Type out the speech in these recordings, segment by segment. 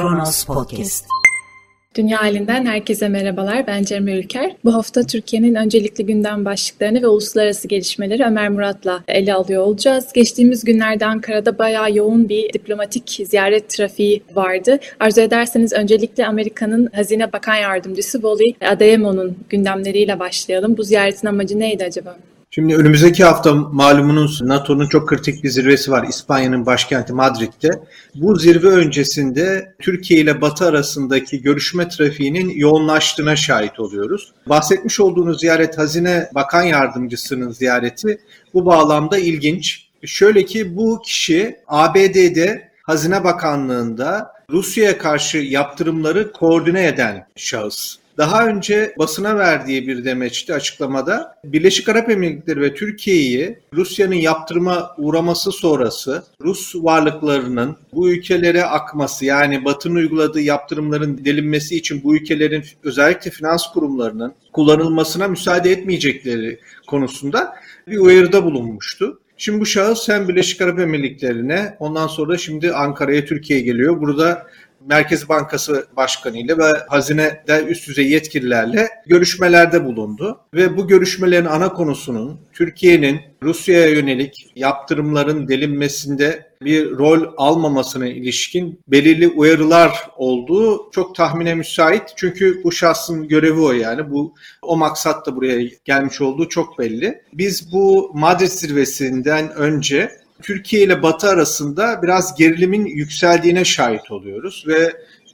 Kronos Podcast. Dünya halinden herkese merhabalar. Ben Cemre Ülker. Bu hafta Türkiye'nin öncelikli gündem başlıklarını ve uluslararası gelişmeleri Ömer Murat'la ele alıyor olacağız. Geçtiğimiz günlerde Ankara'da bayağı yoğun bir diplomatik ziyaret trafiği vardı. Arzu ederseniz öncelikle Amerika'nın Hazine Bakan Yardımcısı Wally Adeyemo'nun gündemleriyle başlayalım. Bu ziyaretin amacı neydi acaba? Şimdi önümüzdeki hafta malumunuz NATO'nun çok kritik bir zirvesi var İspanya'nın başkenti Madrid'de. Bu zirve öncesinde Türkiye ile Batı arasındaki görüşme trafiğinin yoğunlaştığına şahit oluyoruz. Bahsetmiş olduğunuz ziyaret Hazine Bakan Yardımcısının ziyareti bu bağlamda ilginç. Şöyle ki bu kişi ABD'de Hazine Bakanlığı'nda Rusya'ya karşı yaptırımları koordine eden şahıs. Daha önce basına verdiği bir demeçte açıklamada Birleşik Arap Emirlikleri ve Türkiye'yi Rusya'nın yaptırıma uğraması sonrası Rus varlıklarının bu ülkelere akması, yani Batı'nın uyguladığı yaptırımların delinmesi için bu ülkelerin özellikle finans kurumlarının kullanılmasına müsaade etmeyecekleri konusunda bir uyarıda bulunmuştu. Şimdi bu şahıs hem Birleşik Arap Emirlikleri'ne, ondan sonra şimdi Ankara'ya, Türkiye'ye geliyor. Burada Merkez Bankası Başkanı ile ve hazinede üst düzey yetkililerle görüşmelerde bulundu. Ve bu görüşmelerin ana konusunun Türkiye'nin Rusya'ya yönelik yaptırımların delinmesinde bir rol almamasına ilişkin belirli uyarılar olduğu çok tahmine müsait. Çünkü bu şahsın görevi o, yani. O maksatla buraya gelmiş olduğu çok belli. Biz bu Madrid zirvesinden önce Türkiye ile Batı arasında biraz gerilimin yükseldiğine şahit oluyoruz ve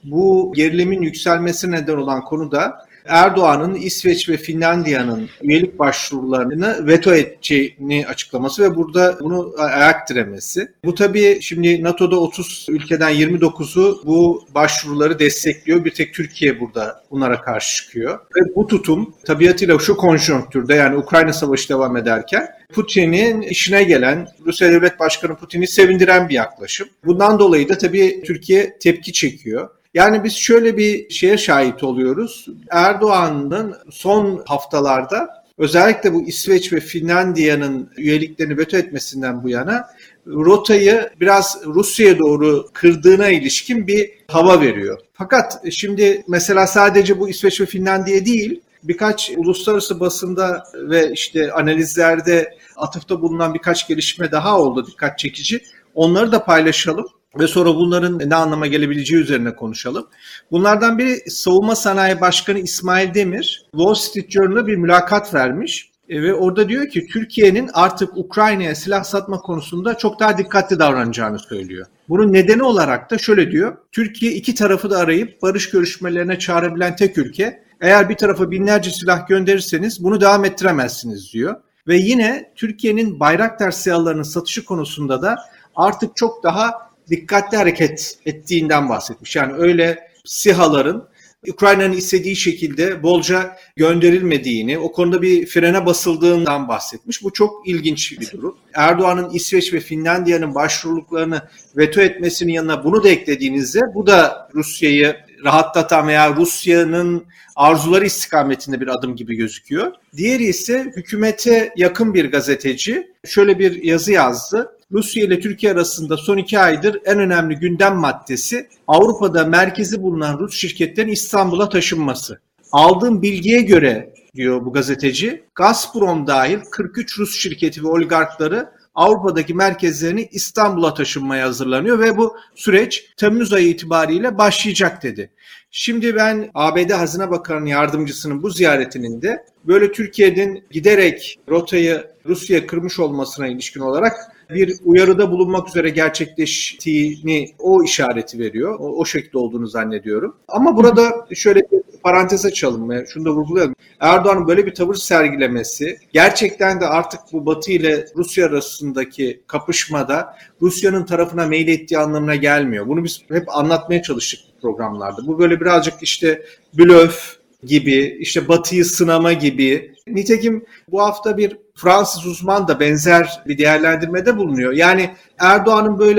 bu gerilimin yükselmesi neden olan konu da Erdoğan'ın İsveç ve Finlandiya'nın üyelik başvurularını veto edeceğini açıklaması ve burada bunu ayak diremesi. Bu tabii şimdi NATO'da 30 ülkeden 29'u bu başvuruları destekliyor. Bir tek Türkiye burada bunlara karşı çıkıyor. Ve bu tutum tabiatıyla şu konjonktürde, yani Ukrayna Savaşı devam ederken Putin'in işine gelen, Rusya Devlet Başkanı Putin'i sevindiren bir yaklaşım. Bundan dolayı da tabii Türkiye tepki çekiyor. Yani biz şöyle bir şeye şahit oluyoruz. Erdoğan'ın son haftalarda özellikle bu İsveç ve Finlandiya'nın üyeliklerini veto etmesinden bu yana rotayı biraz Rusya'ya doğru kırdığına ilişkin bir hava veriyor. Fakat şimdi mesela sadece bu İsveç ve Finlandiya değil, birkaç uluslararası basında ve işte analizlerde atıfta bulunan birkaç gelişme daha oldu, dikkat çekici. Onları da paylaşalım ve sonra bunların ne anlama gelebileceği üzerine konuşalım. Bunlardan biri Savunma Sanayi Başkanı İsmail Demir, Wall Street Journal'a bir mülakat vermiş ve orada diyor ki Türkiye'nin artık Ukrayna'ya silah satma konusunda çok daha dikkatli davranacağını söylüyor. Bunun nedeni olarak da şöyle diyor: Türkiye iki tarafı da arayıp barış görüşmelerine çağırabilen tek ülke. Eğer bir tarafa binlerce silah gönderirseniz bunu devam ettiremezsiniz diyor. Ve yine Türkiye'nin Bayraktar SİHA'larının satışı konusunda da artık çok daha dikkatli hareket ettiğinden bahsetmiş. Yani öyle SİHA'ların Ukrayna'nın istediği şekilde bolca gönderilmediğini, o konuda bir frene basıldığından bahsetmiş. Bu çok ilginç bir durum. Erdoğan'ın İsveç ve Finlandiya'nın başvuruluklarını veto etmesinin yanına bunu da eklediğinizde bu da Rusya'yı rahatlatan veya Rusya'nın arzuları istikametinde bir adım gibi gözüküyor. Diğeri ise hükümete yakın bir gazeteci şöyle bir yazı yazdı. Rusya ile Türkiye arasında son 2 aydır en önemli gündem maddesi Avrupa'da merkezi bulunan Rus şirketlerin İstanbul'a taşınması. Aldığım bilgiye göre, diyor bu gazeteci, Gazprom dahil 43 Rus şirketi ve oligarkları Avrupa'daki merkezlerini İstanbul'a taşınmaya hazırlanıyor ve bu süreç Temmuz ayı itibariyle başlayacak dedi. Şimdi ben ABD Hazine Bakanı Yardımcısının bu ziyaretinin de böyle Türkiye'nin giderek rotayı Rusya'ya kırmış olmasına ilişkin olarak bir uyarıda bulunmak üzere gerçekleştiğini o işareti veriyor. O şekilde olduğunu zannediyorum. Ama burada şöyle bir parantez açalım ve şunu da vurgulayalım. Erdoğan'ın böyle bir tavır sergilemesi gerçekten de artık bu Batı ile Rusya arasındaki kapışmada Rusya'nın tarafına meylettiği anlamına gelmiyor. Bunu biz hep anlatmaya çalıştık programlarda. Bu böyle birazcık işte blöf gibi, işte Batı'yı sınama gibi. Nitekim bu hafta bir Fransız uzman da benzer bir değerlendirmede bulunuyor. Yani Erdoğan'ın böyle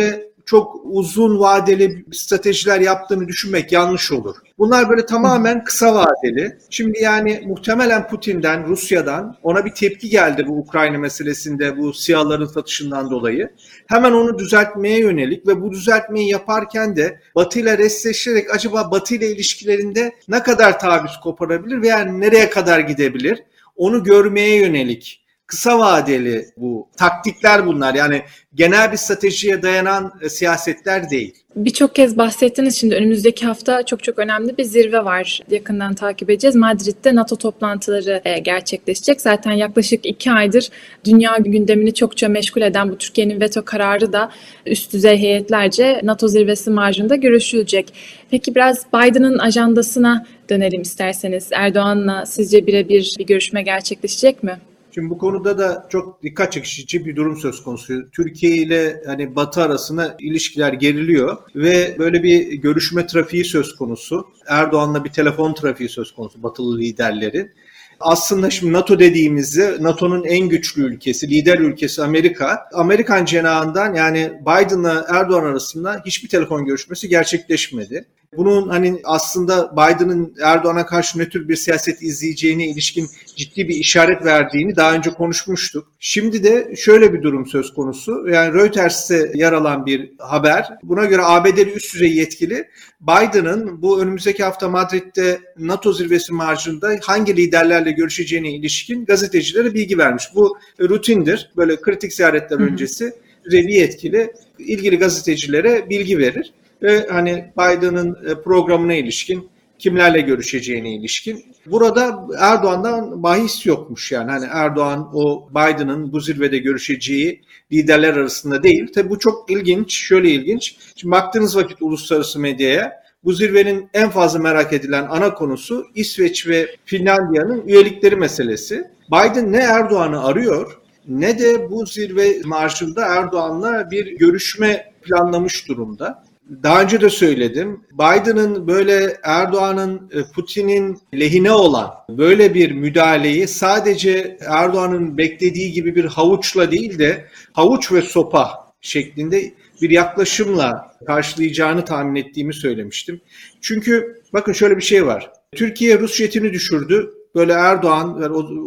çok uzun vadeli stratejiler yaptığını düşünmek yanlış olur. Bunlar böyle tamamen kısa vadeli. Şimdi yani muhtemelen Putin'den, Rusya'dan ona bir tepki geldi bu Ukrayna meselesinde, bu SİHA'ların satışından dolayı. Hemen onu düzeltmeye yönelik ve bu düzeltmeyi yaparken de Batı ile restleşerek acaba Batı ile ilişkilerinde ne kadar taviz koparabilir veya nereye kadar gidebilir? Onu görmeye yönelik kısa vadeli bu taktikler bunlar. Yani genel bir stratejiye dayanan siyasetler değil. Birçok kez bahsettiniz. Şimdi önümüzdeki hafta çok önemli bir zirve var. Yakından takip edeceğiz. Madrid'de NATO toplantıları gerçekleşecek. Zaten yaklaşık 2 aydır dünya gündemini çokça meşgul eden bu Türkiye'nin veto kararı da üst düzey heyetlerce NATO zirvesi marjında görüşülecek. Peki biraz Biden'ın ajandasına dönelim isterseniz. Erdoğan'la sizce birebir bir görüşme gerçekleşecek mi? Şimdi bu konuda da çok dikkat çekici bir durum söz konusu. Türkiye ile hani Batı arasında ilişkiler geriliyor ve böyle bir görüşme trafiği söz konusu. Erdoğan'la bir telefon trafiği söz konusu Batılı liderlerin. Aslında şimdi NATO dediğimizde NATO'nun en güçlü ülkesi, lider ülkesi Amerika. Amerikan cenahından yani Biden'la Erdoğan arasında hiçbir telefon görüşmesi gerçekleşmedi. Bunun hani aslında Biden'ın Erdoğan'a karşı ne tür bir siyaset izleyeceğine ilişkin ciddi bir işaret verdiğini daha önce konuşmuştuk. Şimdi de şöyle bir durum söz konusu. Yani Reuters'te yer alan bir haber. Buna göre ABD'li üst düzey yetkili Biden'ın bu önümüzdeki hafta Madrid'de NATO zirvesi marjında hangi liderlerle görüşeceğine ilişkin gazetecilere bilgi vermiş. Bu rutindir. Böyle kritik ziyaretler öncesi düzey yetkili ilgili gazetecilere bilgi verir. Ve hani Biden'ın programına ilişkin, kimlerle görüşeceğine ilişkin. Burada Erdoğan'dan bahis yokmuş yani. Hani Erdoğan o Biden'ın bu zirvede görüşeceği liderler arasında değil. Tabii bu çok ilginç, şöyle ilginç. Şimdi baktığınız vakit uluslararası medyaya bu zirvenin en fazla merak edilen ana konusu İsveç ve Finlandiya'nın üyelikleri meselesi. Biden ne Erdoğan'ı arıyor ne de bu zirve marjında Erdoğan'la bir görüşme planlamış durumda. Daha önce de söyledim. Biden'ın böyle Erdoğan'ın Putin'in lehine olan böyle bir müdahaleyi sadece Erdoğan'ın beklediği gibi bir havuçla değil de havuç ve sopa şeklinde bir yaklaşımla karşılayacağını tahmin ettiğimi söylemiştim. Çünkü bakın şöyle bir şey var. Türkiye Rus jetini düşürdü. Böyle Erdoğan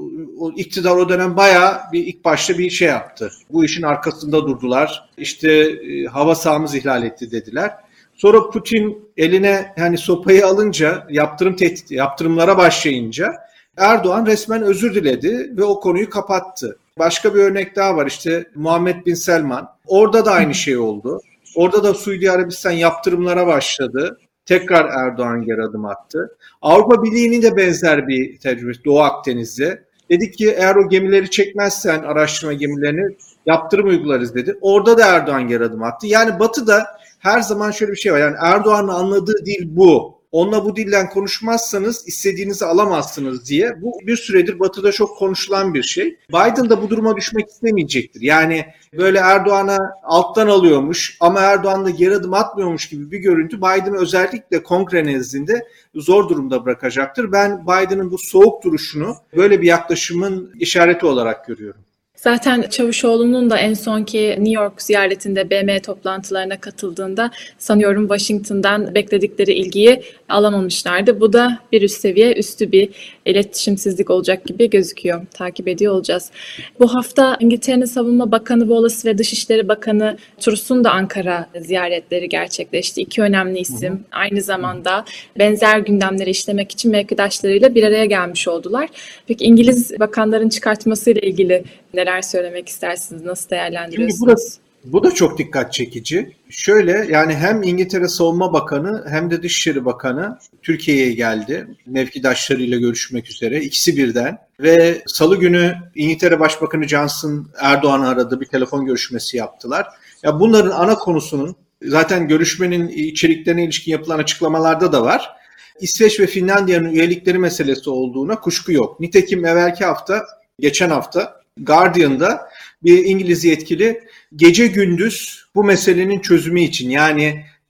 o iktidar o dönem bayağı bir ilk başta bir şey yaptı. Bu işin arkasında durdular. İşte hava sahamız ihlal etti dediler. Sonra Putin eline hani sopayı alınca yaptırımlara başlayınca Erdoğan resmen özür diledi ve o konuyu kapattı. Başka bir örnek daha var işte Muhammed Bin Selman. Orada da aynı şey oldu. Orada da Suudi Arabistan yaptırımlara başladı. Tekrar Erdoğan geri adım attı. Avrupa Birliği'nin de benzer bir tecrübesi Doğu Akdeniz'de. Dedik ki eğer o gemileri çekmezsen araştırma gemilerini yaptırım uygularız dedi. Orada da Erdoğan geri adım attı. Yani Batı'da her zaman şöyle bir şey var. Yani Erdoğan'ın anladığı dil bu. Onunla bu dilden konuşmazsanız istediğinizi alamazsınız diye. Bu bir süredir Batı'da çok konuşulan bir şey. Biden da bu duruma düşmek istemeyecektir. Yani böyle Erdoğan'a alttan alıyormuş ama Erdoğan da geri adım atmıyormuş gibi bir görüntü Biden'ı özellikle kongre nezdinde zor durumda bırakacaktır. Ben Biden'ın bu soğuk duruşunu böyle bir yaklaşımın işareti olarak görüyorum. Zaten Çavuşoğlu'nun da en sonki New York ziyaretinde BM toplantılarına katıldığında sanıyorum Washington'dan bekledikleri ilgiyi alamamışlardı. Bu da bir üst seviye, üstü bir iletişimsizlik olacak gibi gözüküyor. Takip ediyor olacağız. Bu hafta İngiltere'nin Savunma Bakanı Wallace ve Dışişleri Bakanı Truss'un da Ankara ziyaretleri gerçekleşti. İki önemli isim aynı zamanda benzer gündemleri işlemek için mevkidaşlarıyla bir araya gelmiş oldular. Peki İngiliz bakanların çıkartmasıyla ilgili neler söylemek istersiniz? Nasıl değerlendiriyorsunuz? Şimdi bu da çok dikkat çekici. Şöyle yani hem İngiltere Savunma Bakanı hem de Dışişleri Bakanı Türkiye'ye geldi. Mevkidaşlarıyla görüşmek üzere. İkisi birden. Ve Salı günü İngiltere Başbakanı Johnson Erdoğan'ı aradı. Bir telefon görüşmesi yaptılar. Ya bunların ana konusunun zaten görüşmenin içeriklerine ilişkin yapılan açıklamalarda da var. İsveç ve Finlandiya'nın üyelikleri meselesi olduğuna kuşku yok. Nitekim geçen hafta Guardian'da bir İngiliz yetkili gece gündüz bu meselenin çözümü için yani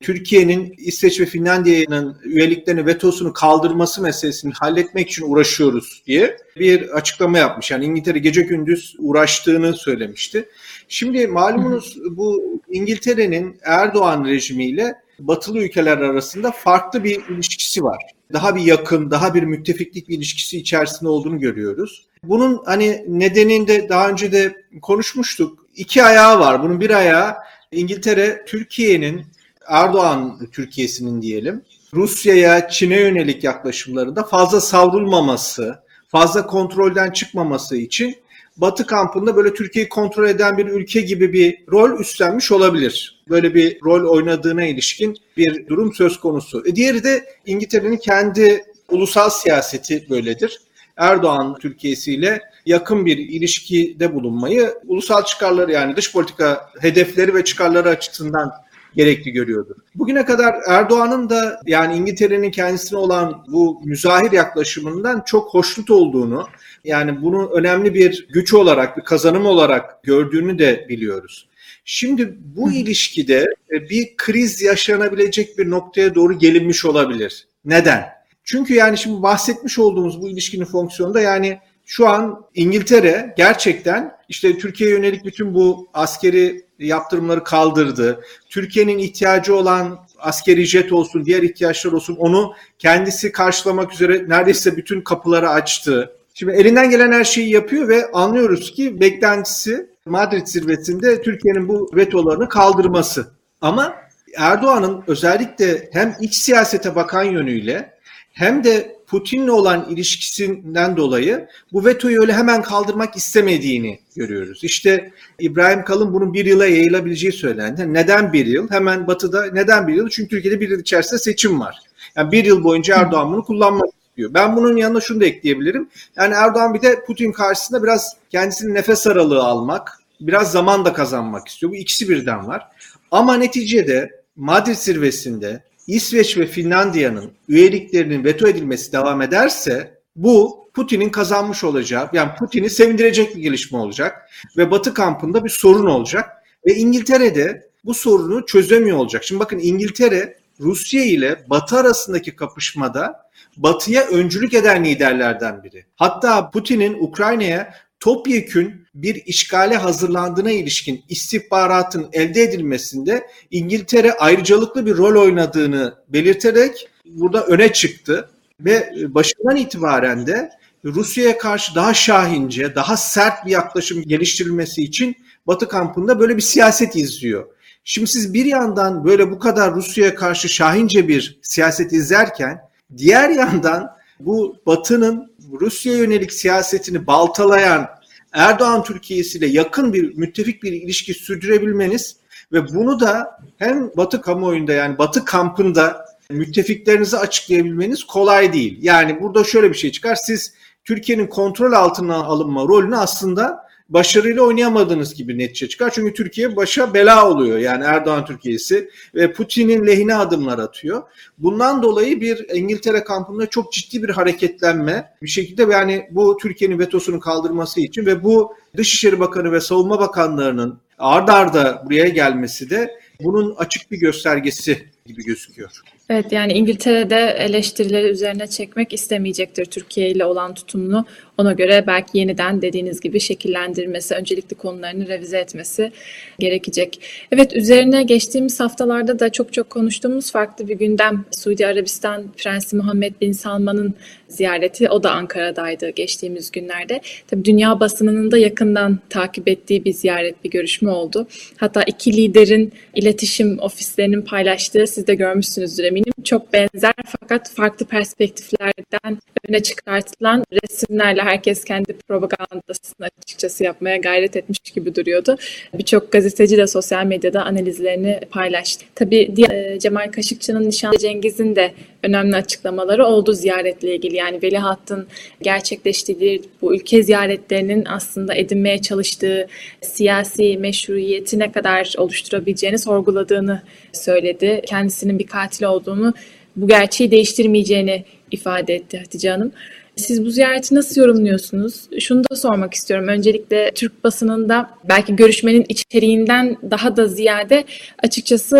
Türkiye'nin İsveç ve Finlandiya'nın üyeliklerini, vetosunu kaldırması meselesini halletmek için uğraşıyoruz diye bir açıklama yapmış. Yani İngiltere gece gündüz uğraştığını söylemişti. Şimdi malumunuz bu İngiltere'nin Erdoğan rejimiyle batılı ülkeler arasında farklı bir ilişkisi var. Daha bir yakın, daha bir müttefiklik bir ilişkisi içerisinde olduğunu görüyoruz. Bunun hani nedeninde daha önce de konuşmuştuk. İki ayağı var. Bunun bir ayağı İngiltere, Türkiye'nin, Erdoğan Türkiye'sinin diyelim, Rusya'ya, Çin'e yönelik yaklaşımlarında fazla savrulmaması, fazla kontrolden çıkmaması için Batı kampında böyle Türkiye'yi kontrol eden bir ülke gibi bir rol üstlenmiş olabilir. Böyle bir rol oynadığına ilişkin bir durum söz konusu. Diğeri de İngiltere'nin kendi ulusal siyaseti böyledir. Erdoğan Türkiye'siyle yakın bir ilişkide bulunmayı ulusal çıkarları, yani dış politika hedefleri ve çıkarları açısından gerekli görüyordu. Bugüne kadar Erdoğan'ın da yani İngiltere'nin kendisine olan bu müzahir yaklaşımından çok hoşnut olduğunu, yani bunu önemli bir güç olarak, bir kazanım olarak gördüğünü de biliyoruz. Şimdi bu ilişkide bir kriz yaşanabilecek bir noktaya doğru gelinmiş olabilir. Neden? Çünkü yani şimdi bahsetmiş olduğumuz bu ilişkinin fonksiyonunda, yani şu an İngiltere gerçekten işte Türkiye'ye yönelik bütün bu askeri yaptırımları kaldırdı. Türkiye'nin ihtiyacı olan askeri jet olsun, diğer ihtiyaçlar olsun, onu kendisi karşılamak üzere neredeyse bütün kapıları açtı. Şimdi elinden gelen her şeyi yapıyor ve anlıyoruz ki beklentisi Madrid zirvesinde Türkiye'nin bu vetolarını kaldırması. Ama Erdoğan'ın özellikle hem iç siyasete bakan yönüyle hem de Putin'le olan ilişkisinden dolayı bu vetoyu öyle hemen kaldırmak istemediğini görüyoruz. İşte İbrahim Kalın bunun bir yıla yayılabileceği söylendi. Neden bir yıl? Hemen Batı'da neden bir yıl? Çünkü Türkiye'de bir yıl içerisinde seçim var. Yani bir yıl boyunca Erdoğan bunu kullanmak istiyor. Ben bunun yanına şunu da ekleyebilirim. Yani Erdoğan bir de Putin karşısında biraz kendisini nefes aralığı almak, biraz zaman da kazanmak istiyor. Bu ikisi birden var. Ama neticede Madrid zirvesinde İsveç ve Finlandiya'nın üyeliklerinin veto edilmesi devam ederse bu Putin'in kazanmış olacağı, yani Putin'i sevindirecek bir gelişme olacak ve Batı kampında bir sorun olacak ve İngiltere de bu sorunu çözemiyor olacak. Şimdi bakın, İngiltere Rusya ile Batı arasındaki kapışmada Batı'ya öncülük eden liderlerden biri. Hatta Putin'in Ukrayna'ya topyekün bir işgale hazırlandığına ilişkin istihbaratın elde edilmesinde İngiltere ayrıcalıklı bir rol oynadığını belirterek burada öne çıktı ve başından itibaren de Rusya'ya karşı daha şahince, daha sert bir yaklaşım geliştirilmesi için Batı kampında böyle bir siyaset izliyor. Şimdi siz bir yandan böyle bu kadar Rusya'ya karşı şahince bir siyaset izlerken, diğer yandan bu Batı'nın Rusya'ya yönelik siyasetini baltalayan Erdoğan Türkiye'siyle yakın bir müttefik bir ilişki sürdürebilmeniz ve bunu da hem Batı kamuoyunda, yani Batı kampında müttefiklerinizi açıklayabilmeniz kolay değil. Yani burada şöyle bir şey çıkar: siz Türkiye'nin kontrol altına alınma rolünü aslında başarıyla oynayamadığınız gibi netice çıkar. Çünkü Türkiye başa bela oluyor. Yani Erdoğan Türkiye'si ve Putin'in lehine adımlar atıyor. Bundan dolayı bir İngiltere kampında çok ciddi bir hareketlenme bir şekilde, yani bu Türkiye'nin vetosunu kaldırması için ve bu Dışişleri Bakanı ve Savunma Bakanlarının ard arda buraya gelmesi de bunun açık bir göstergesi gibi gözüküyor. Evet, yani İngiltere'de eleştirileri üzerine çekmek istemeyecektir Türkiye ile olan tutumunu. Ona göre belki yeniden dediğiniz gibi şekillendirmesi, öncelikli konularını revize etmesi gerekecek. Evet, üzerine geçtiğimiz haftalarda da çok konuştuğumuz farklı bir gündem. Suudi Arabistan Prensi Muhammed Bin Salman'ın ziyareti. O da Ankara'daydı geçtiğimiz günlerde. Tabii dünya basınının da yakından takip ettiği bir ziyaret, bir görüşme oldu. Hatta iki liderin iletişim ofislerinin paylaştığı, siz de görmüşsünüzdür eminim, çok benzer fakat farklı perspektiflerden öne çıkartılan resimlerle herkes kendi propagandasını açıkçası yapmaya gayret etmiş gibi duruyordu. Birçok gazeteci de sosyal medyada analizlerini paylaştı. Tabii Cemal Kaşıkçı'nın nişanlı Cengiz'in de önemli açıklamaları oldu ziyaretle ilgili. Yani Veliahtın gerçekleştirdiği bu ülke ziyaretlerinin aslında edinmeye çalıştığı siyasi meşruiyeti ne kadar oluşturabileceğini sorguladığını söyledi. Kendisinin bir katil olduğunu, bu gerçeği değiştirmeyeceğini ifade etti Hatice Hanım. Siz bu ziyareti nasıl yorumluyorsunuz? Şunu da sormak istiyorum. Öncelikle Türk basınında belki görüşmenin içeriğinden daha da ziyade açıkçası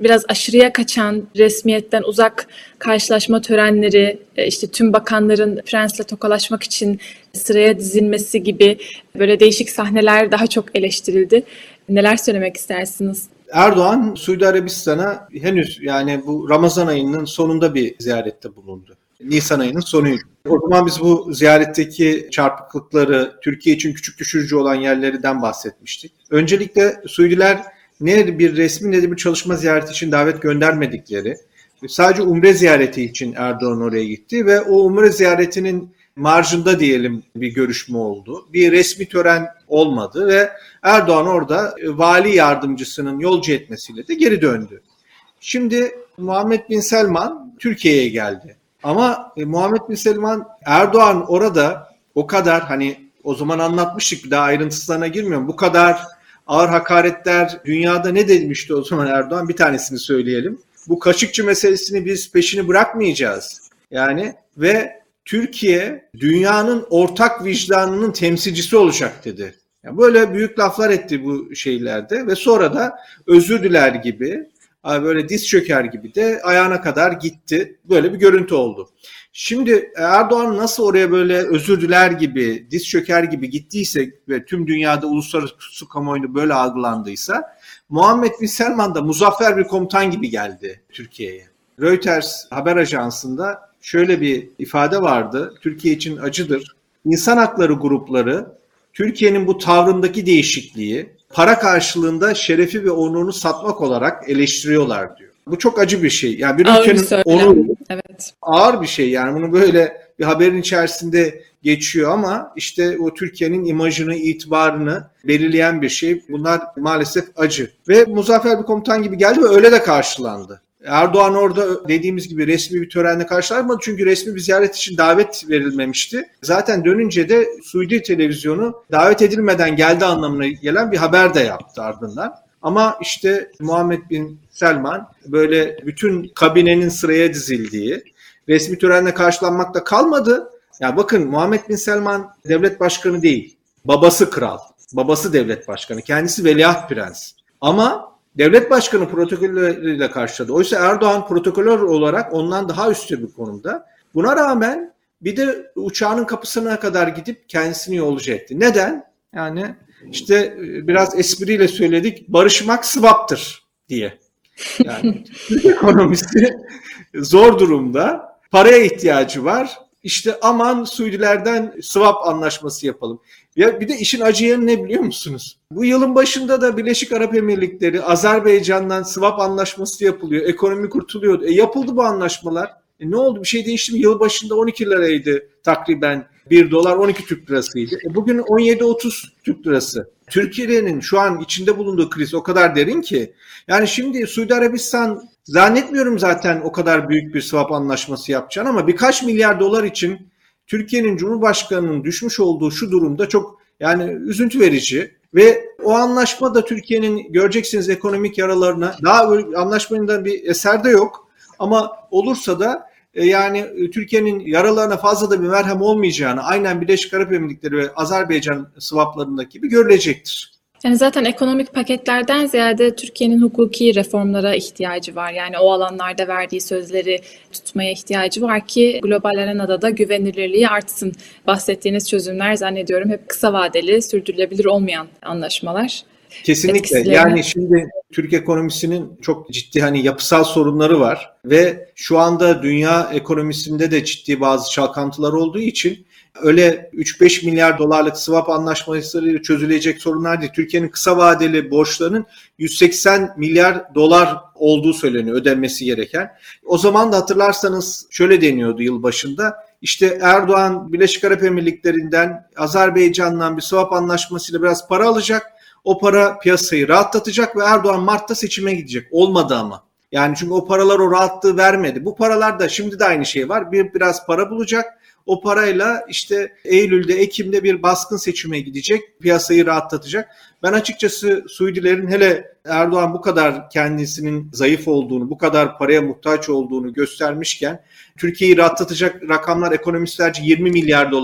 biraz aşırıya kaçan, resmiyetten uzak karşılaşma törenleri, işte tüm bakanların prensle tokalaşmak için sıraya dizilmesi gibi böyle değişik sahneler daha çok eleştirildi. Neler söylemek istersiniz? Erdoğan Suudi Arabistan'a henüz yani bu Ramazan ayının sonunda bir ziyarette bulundu. Nisan ayının sonuydu. O zaman biz bu ziyaretteki çarpıklıkları, Türkiye için küçük düşürücü olan yerlerden bahsetmiştik. Öncelikle Suudiler ne bir resmi ne de bir çalışma ziyareti için davet göndermedikleri, sadece umre ziyareti için Erdoğan oraya gitti ve o umre ziyaretinin marjında diyelim bir görüşme oldu. Bir resmi tören olmadı ve Erdoğan orada vali yardımcısının yolcu etmesiyle de geri döndü. Şimdi Muhammed Bin Selman Türkiye'ye geldi. Ama Muhammed Bin Selman, Erdoğan orada o kadar, hani o zaman anlatmıştık, bir daha ayrıntısına girmiyorum. Bu kadar ağır hakaretler, dünyada ne demişti o zaman Erdoğan? Bir tanesini söyleyelim. Bu Kaşıkçı meselesini biz peşini bırakmayacağız. Yani ve Türkiye dünyanın ortak vicdanının temsilcisi olacak dedi. Yani böyle büyük laflar etti bu şeylerde ve sonra da özür diler gibi, böyle diz çöker gibi de ayağına kadar gitti. Böyle bir görüntü oldu. Şimdi Erdoğan nasıl oraya böyle özür diler gibi, diz çöker gibi gittiyse ve tüm dünyada uluslararası kamuoyunda böyle algılandıysa, Muhammed Bin Selman da muzaffer bir komutan gibi geldi Türkiye'ye. Reuters haber ajansında şöyle bir ifade vardı. Türkiye için acıdır. İnsan hakları grupları Türkiye'nin bu tavrındaki değişikliği para karşılığında şerefi ve onurunu satmak olarak eleştiriyorlar diyor. Bu çok acı bir şey. Yani bir ülkenin onuru, evet, ağır bir şey. Yani bunu böyle bir haberin içerisinde geçiyor ama işte o Türkiye'nin imajını, itibarını belirleyen bir şey. Bunlar maalesef acı. Ve muzaffer bir komutan gibi geldi ve öyle de karşılandı. Erdoğan orada dediğimiz gibi resmi bir törenle karşılanmadı çünkü resmi bir ziyaret için davet verilmemişti. Zaten dönünce de Suudi televizyonu davet edilmeden geldi anlamına gelen bir haber de yaptı ardından. Ama işte Muhammed Bin Selman böyle bütün kabinenin sıraya dizildiği, resmi törenle karşılanmakta kalmadı. Ya bakın, Muhammed Bin Selman devlet başkanı değil, babası kral, babası devlet başkanı, kendisi veliaht prens. Ama devlet başkanı protokolleriyle karşıladı. Oysa Erdoğan protokoller olarak ondan daha üstün bir konumda. Buna rağmen bir de uçağının kapısına kadar gidip kendisini yolcu etti. Neden? Yani işte biraz espriyle söyledik, barışmak swap'tır diye. Yani Türk ekonomisi zor durumda, paraya ihtiyacı var. İşte aman Suudilerden swap anlaşması yapalım. Ya bir de işin acı yanı ne biliyor musunuz? Bu yılın başında da Birleşik Arap Emirlikleri, Azerbaycan'dan swap anlaşması yapılıyor. Ekonomi kurtuluyor. Yapıldı bu anlaşmalar. Ne oldu? Bir şey değişti mi? Yıl başında 12 liraydı takriben. 1 dolar 12 Türk lirasıydı. Bugün 17-30 Türk lirası. Türkiye'nin şu an içinde bulunduğu kriz o kadar derin ki. Yani şimdi Suudi Arabistan, zannetmiyorum zaten o kadar büyük bir swap anlaşması yapacağını, ama birkaç milyar dolar için Türkiye'nin Cumhurbaşkanı'nın düşmüş olduğu şu durumda çok yani üzüntü verici. Ve o anlaşma da Türkiye'nin, göreceksiniz, ekonomik yaralarına, daha anlaşmanın da bir eser de yok. Ama olursa da yani Türkiye'nin yaralarına fazla da bir merhem olmayacağını, aynen Birleşik Arap Emirlikleri ve Azerbaycan swaplarındaki gibi görülecektir. Yani zaten ekonomik paketlerden ziyade Türkiye'nin hukuki reformlara ihtiyacı var. Yani o alanlarda verdiği sözleri tutmaya ihtiyacı var ki global arenada da güvenilirliği artsın. Bahsettiğiniz çözümler zannediyorum hep kısa vadeli, sürdürülebilir olmayan anlaşmalar. Kesinlikle. Yani şimdi Türk ekonomisinin çok ciddi yapısal sorunları var ve şu anda dünya ekonomisinde de ciddi bazı çalkantılar olduğu için öyle 3-5 milyar dolarlık swap anlaşmalarıyla çözülecek sorunlar değil. Türkiye'nin kısa vadeli borçlarının 180 milyar dolar olduğu söyleniyor, ödenmesi gereken. O zaman da hatırlarsanız şöyle deniyordu yıl başında. İşte Erdoğan Birleşik Arap Emirlikleri'nden, Azerbaycan'dan bir swap anlaşmasıyla biraz para alacak. O para piyasayı rahatlatacak ve Erdoğan Mart'ta seçime gidecek. Olmadı ama. Yani çünkü o paralar o rahatlığı vermedi. Bu paralar da şimdi de aynı şey var. Biraz para bulacak. O parayla işte Eylül'de, Ekim'de bir baskın seçime gidecek. Piyasayı rahatlatacak. Ben açıkçası Suudilerin, hele Erdoğan bu kadar kendisinin zayıf olduğunu, bu kadar paraya muhtaç olduğunu göstermişken Türkiye'yi rahatlatacak rakamlar ekonomistlerce 20 milyar dolar.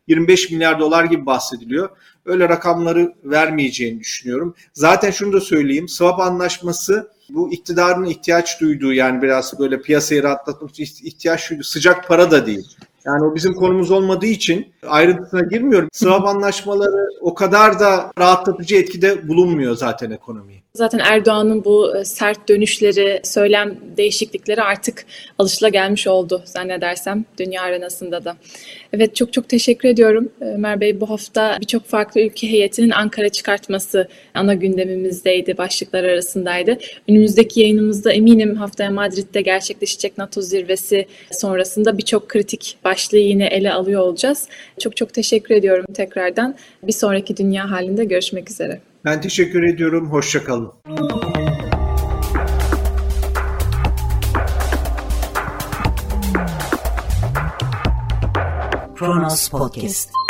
25 milyar dolar gibi bahsediliyor. Öyle rakamları vermeyeceğini düşünüyorum. Zaten şunu da söyleyeyim. Swap anlaşması bu iktidarın ihtiyaç duyduğu, yani biraz böyle piyasayı rahatlatmak için ihtiyaç duyduğu sıcak para da değil. Yani o bizim konumuz olmadığı için ayrıntısına girmiyorum. Swap anlaşmaları o kadar da rahatlatıcı etkide bulunmuyor zaten ekonomiyi. Zaten Erdoğan'ın bu sert dönüşleri, söylem değişiklikleri artık alışılagelmiş oldu zannedersem dünya arenasında da. Evet, çok çok teşekkür ediyorum Ömer Bey. Bu hafta birçok farklı ülke heyetinin Ankara çıkartması ana gündemimizdeydi, başlıklar arasındaydı. Önümüzdeki yayınımızda eminim haftaya Madrid'de gerçekleşecek NATO zirvesi sonrasında birçok kritik başlığı yine ele alıyor olacağız. Çok çok teşekkür ediyorum tekrardan. Bir sonraki Dünya Halinde görüşmek üzere. Ben teşekkür ediyorum. Hoşça kalın. Kronos Podcast.